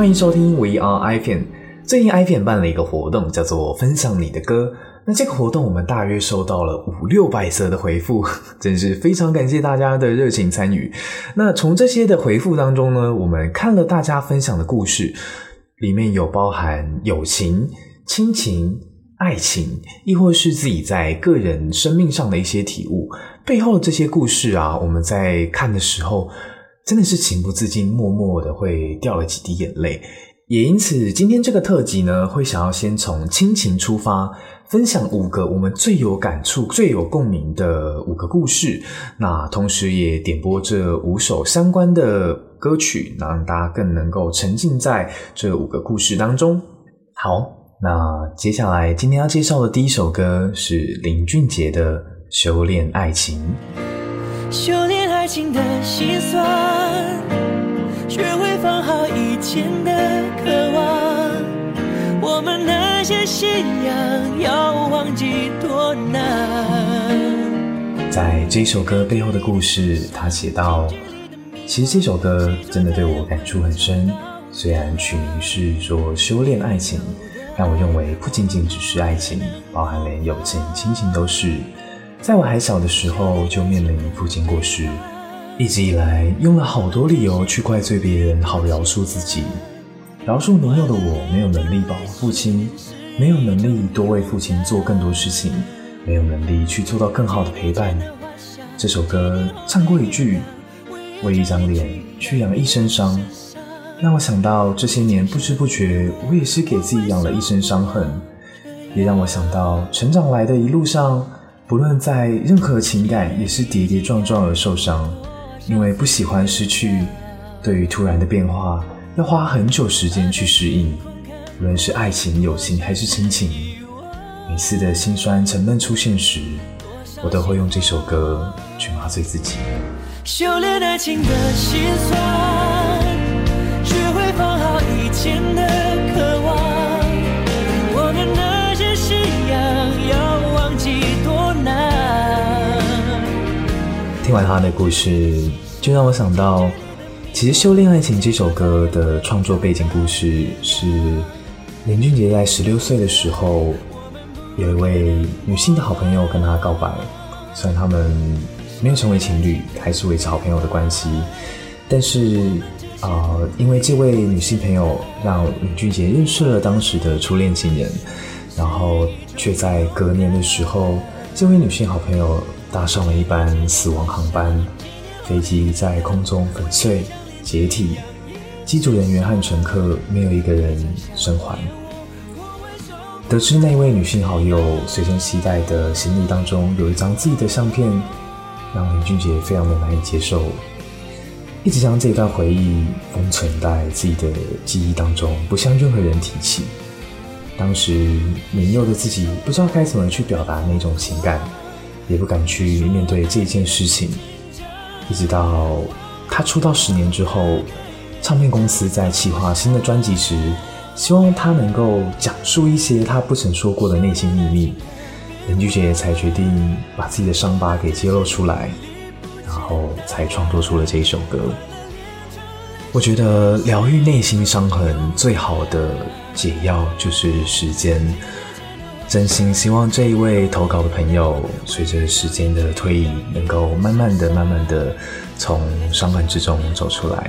欢迎收听 We Are iPhone。最近 iPhone 办了一个活动，叫做分享你的歌。那这个活动我们大约收到了500-600则的回复，真是非常感谢大家的热情参与。那从这些的回复当中呢，我们看了大家分享的故事，里面有包含友情、亲情、爱情，亦或是自己在个人生命上的一些体悟。背后的这些故事啊，我们在看的时候真的是情不自禁，默默的会掉了几滴眼泪。也因此今天这个特辑呢，会想要先从亲情出发，分享5个我们最有感触最有共鸣的5个故事，那同时也点播这5首相关的歌曲，让大家更能够沉浸在这5个故事当中。好，那接下来今天要介绍的第一首歌是林俊杰的《修炼爱情》。 修炼爱情的辛酸，学会放好以前的渴望，我们那些信仰要忘记多难。 在这首歌背后的故事，他写道，其实这首歌真的对我感触很深，虽然曲名是说修炼爱情，但我认为不仅仅只是爱情，包含连友情、亲情都是。在我还小的时候就面临父亲过世，一直以来用了好多理由去怪罪别人，好饶恕自己。饶恕年幼的我没有能力保护父亲，没有能力多为父亲做更多事情，没有能力去做到更好的陪伴。这首歌唱过一句，为一张脸去养一身伤，让我想到这些年不知不觉我也是给自己养了一身伤痕，也让我想到成长来的一路上，不论在任何情感也是跌跌撞撞而受伤，因为不喜欢失去，对于突然的变化要花很久时间去适应，无论是爱情、友情还是亲情。每次的心酸沉闷出现时，我都会用这首歌去麻醉自己。 修炼爱情的辛酸，学会放好以前的渴望，我们那些信仰要忘记多难。 听完他的故事，就让我想到，其实《修炼爱情》这首歌的创作背景故事是林俊杰在16岁的时候，有一位女性的好朋友跟他告白，虽然他们没有成为情侣，还是维持好朋友的关系，但是因为这位女性朋友让林俊杰认识了当时的初恋情人，然后却在隔年的时候，这位女性好朋友搭上了一班死亡航班，飞机在空中粉碎解体，机组人员和乘客没有一个人生还。得知那位女性好友随身携带的行李当中有一张自己的相片，让林俊杰非常的难以接受，一直将这段回忆封存在自己的记忆当中，不向任何人提起。当时年幼的自己不知道该怎么去表达那种情感，也不敢去面对这件事情，一直到他出道10年之后，唱片公司在企划新的专辑时，希望他能够讲述一些他不曾说过的内心秘密，林俊杰才决定把自己的伤疤给揭露出来，然后才创作出了这一首歌。我觉得疗愈内心伤痕最好的解药就是时间，真心希望这一位投稿的朋友随着时间的推移，能够慢慢的从伤痕之中走出来。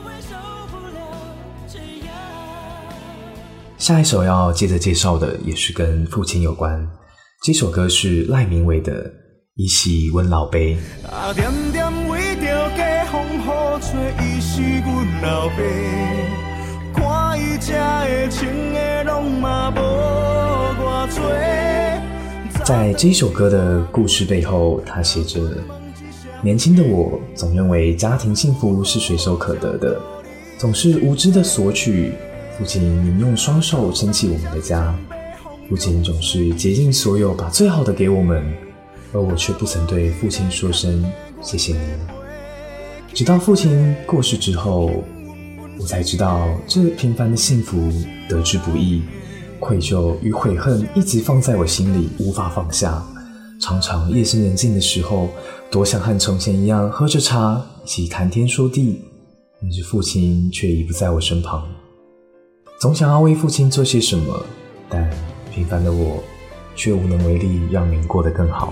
下一首要接着介绍的也是跟父亲有关，这首歌是赖明伟的《伊是阮老爸》。 点点为着家风雨吹，伊是阮老爸，看伊这的穿的拢嘛无偌多。 在这首歌的故事背后，他写着：年轻的我总认为家庭幸福是随手可得的，总是无知的索取。父亲宁用双手撑起我们的家，父亲总是竭尽所有把最好的给我们，而我却不曾对父亲说声谢谢你。直到父亲过世之后，我才知道这平凡的幸福得之不易，愧疚与悔恨一直放在我心里无法放下，常常夜深人静的时候，多想和从前一样喝着茶一起谈天说地，但是父亲却已不在我身旁。 总想要为父亲做些什么，但平凡的我却无能为力让您过得更好。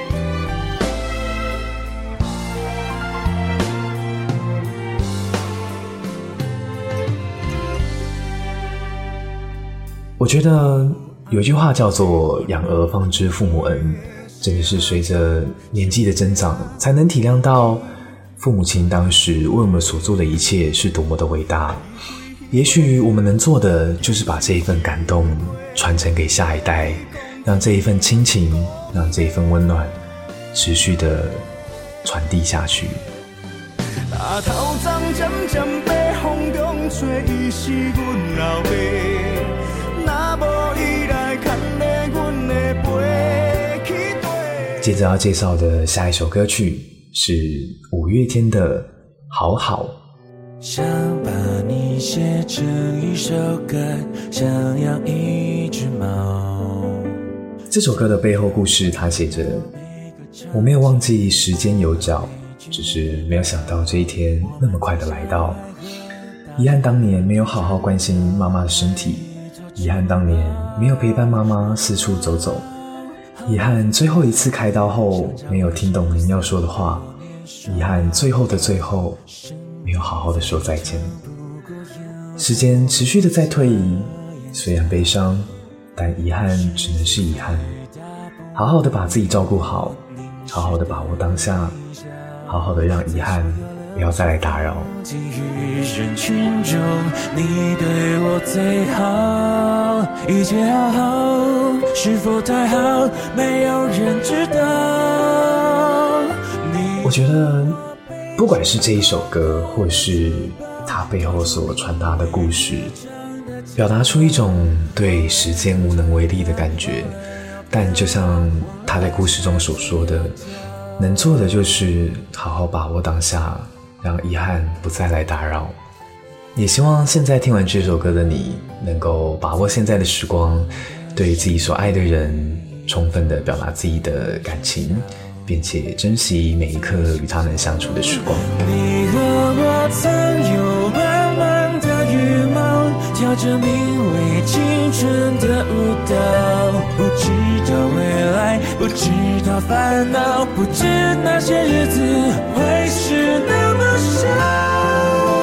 我觉得有句话叫做养儿方知父母恩，真的是随着年纪的增长才能体谅到父母亲当时为我们所做的一切是多么的伟大。也许我们能做的就是把这一份感动传承给下一代，让这一份亲情，让这一份温暖持续的传递下去。 头鬃渐渐被风中吹，伊是阮老爸，若无伊来牵勒阮的背起地。 接着要介绍的下一首歌曲是五月天的《好好》。 想把你写成一首歌，想养一只猫。 这首歌的背后故事，它写着：我没有忘记时间有脚，只是没有想到这一天那么快的来到。遗憾当年没有好好关心妈妈的身体，遗憾当年没有陪伴妈妈四处走走，遗憾最后一次开刀后没有听懂您要说的话，遗憾最后的最后没有好好的说再见。时间持续的在推移，虽然悲伤，但遗憾只能是遗憾。好好的把自己照顾好，好好的把握当下，好好的让遗憾不要再来打扰。 人群中你对我最好，一切好好，是否太好，没有人知道。 我觉得不管是这一首歌，或是它背后所传达的故事，表达出一种对时间无能为力的感觉，但就像他在故事中所说的，能做的就是好好把握当下，让遗憾不再来打扰。也希望现在听完这首歌的你，能够把握现在的时光，对自己所爱的人充分地表达自己的感情，并且珍惜每一刻与他人相处的时光。 你和我曾有满满的羽毛，跳着名为青春的舞蹈，不知道未来，不知道烦恼，不知那些日子会是那么少。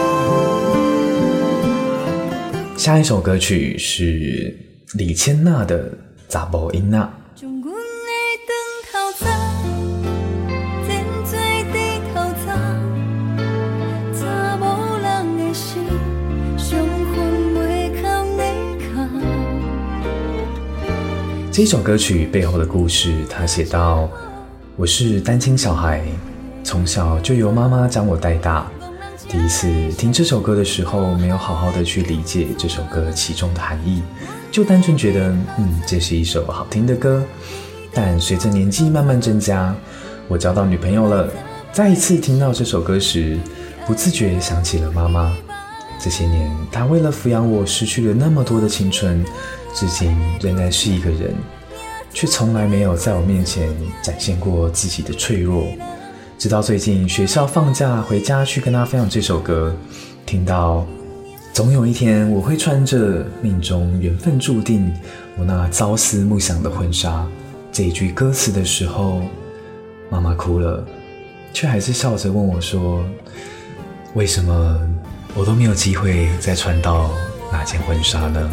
下一首歌曲是李千娜的《查某囡仔》。这首歌曲背后的故事，他写道：我是单亲小孩，从小就由妈妈将我带大。第一次听这首歌的时候，没有好好的去理解这首歌其中的含义，就单纯觉得这是一首好听的歌。但随着年纪慢慢增加，我交到女朋友了，再一次听到这首歌时，不自觉想起了妈妈。这些年她为了抚养我失去了那么多的青春，至今仍然是一个人，却从来没有在我面前展现过自己的脆弱。直到最近学校放假回家去跟她分享这首歌，听到总有一天我会穿着命中缘分注定我那朝思暮想的婚纱这一句歌词的时候，妈妈哭了，却还是笑着问我说，为什么我都没有机会再穿到那件婚纱呢？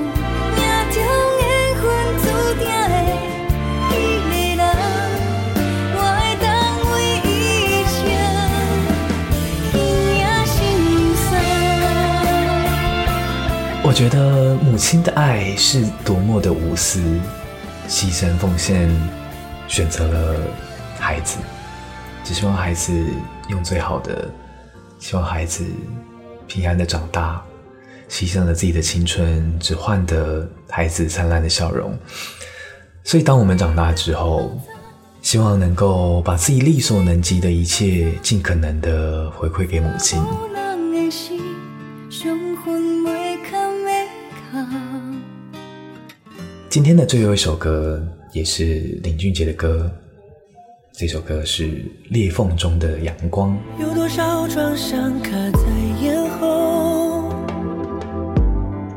我觉得母亲的爱是多么的无私，牺牲奉献，选择了孩子，只希望孩子用最好的，希望孩子平安的长大，牺牲了自己的青春，只换得孩子灿烂的笑容。所以当我们长大之后，希望能够把自己力所能及的一切尽可能的回馈给母亲。今天的最后一首歌也是林俊杰的歌，这首歌是《裂缝中的阳光》。 有多少创伤卡在咽喉，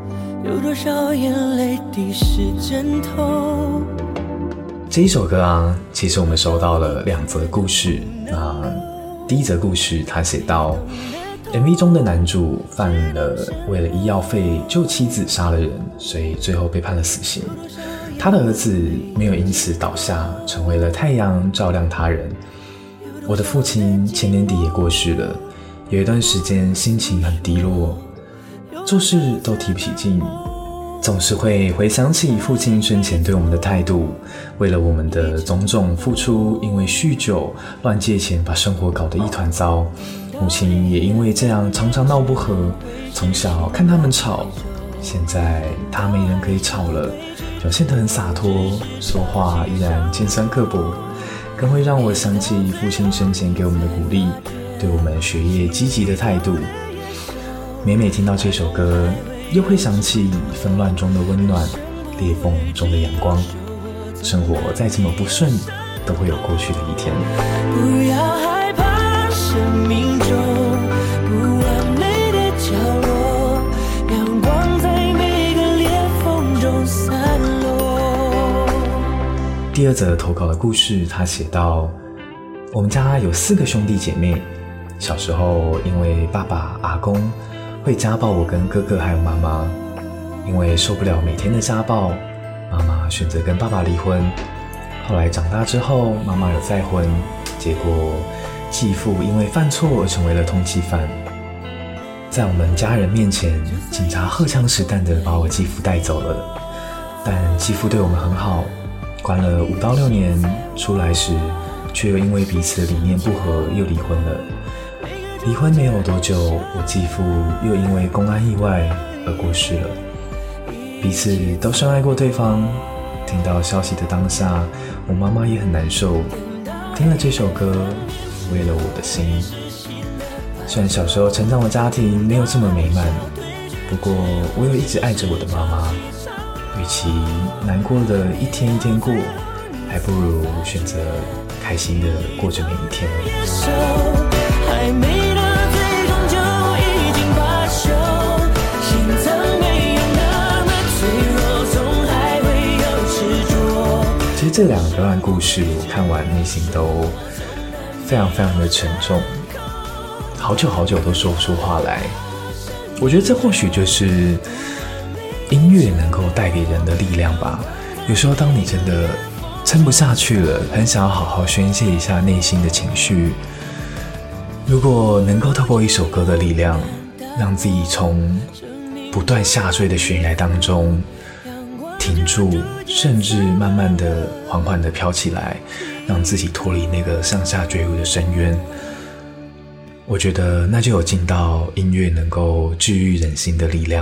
有多少眼泪滴湿枕头。 这一首歌啊，其实我们收到了2则故事。第一则故事他写到 MV 中的男主犯了为了医药费救妻子杀了人，所以最后被判了死刑。他的儿子没有因此倒下，成为了太阳照亮他人。我的父亲前年底也过世了，有一段时间心情很低落，做事都提不起劲，总是会回想起父亲生前对我们的态度，为了我们的种种付出，因为酗酒乱借钱把生活搞得一团糟。母亲也因为这样常常闹不和，从小看他们吵，现在他没人可以吵了，表现得很洒脱，说话依然尖酸刻薄，更会让我想起父亲生前给我们的鼓励，对我们学业积极的态度。每每听到这首歌，又会想起纷乱中的温暖，裂缝中的阳光。生活再怎么不顺，都会有过去的一天。 不要害怕生命中不完美的角落，阳光在每个裂缝中散落。 第2则投稿的故事，他写道：我们家有4个兄弟姐妹，小时候因为爸爸、阿公会家暴我跟哥哥还有妈妈，因为受不了每天的家暴，妈妈选择跟爸爸离婚。后来长大之后，妈妈有再婚，结果继父因为犯错而成为了通缉犯。在我们家人面前，警察荷枪实弹地把我继父带走了，但继父对我们很好，关了5到6年，出来时却又因为彼此的理念不合又离婚了。离婚没有多久，我继父又因为公安意外而过世了。彼此都深爱过对方，听到消息的当下，我妈妈也很难受，听了这首歌，抚慰了我的心。虽然小时候成长的家庭没有这么美满，不过我又一直爱着我的妈妈，与其难过的一天一天过，还不如选择开心的过着每一天。 还没到最终就已经罢休，心脏没有那么脆弱，总还会有执着。 其实这2段故事我看完内心都非常非常的沉重，好久好久都说不出话来。我觉得这或许就是音乐能够带给人的力量吧。有时候当你真的撑不下去了，很想要好好宣泄一下内心的情绪，如果能够透过一首歌的力量，让自己从不断下坠的悬崖当中停住，甚至慢慢的缓缓的飘起来，让自己脱离那个向下坠入的深渊，我觉得那就有尽到音乐能够治愈人心的力量。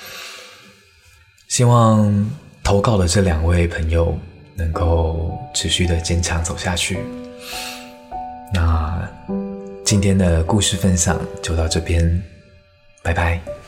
希望投稿的这2位朋友能够持续的坚强走下去。那今天的故事分享就到这边，拜拜。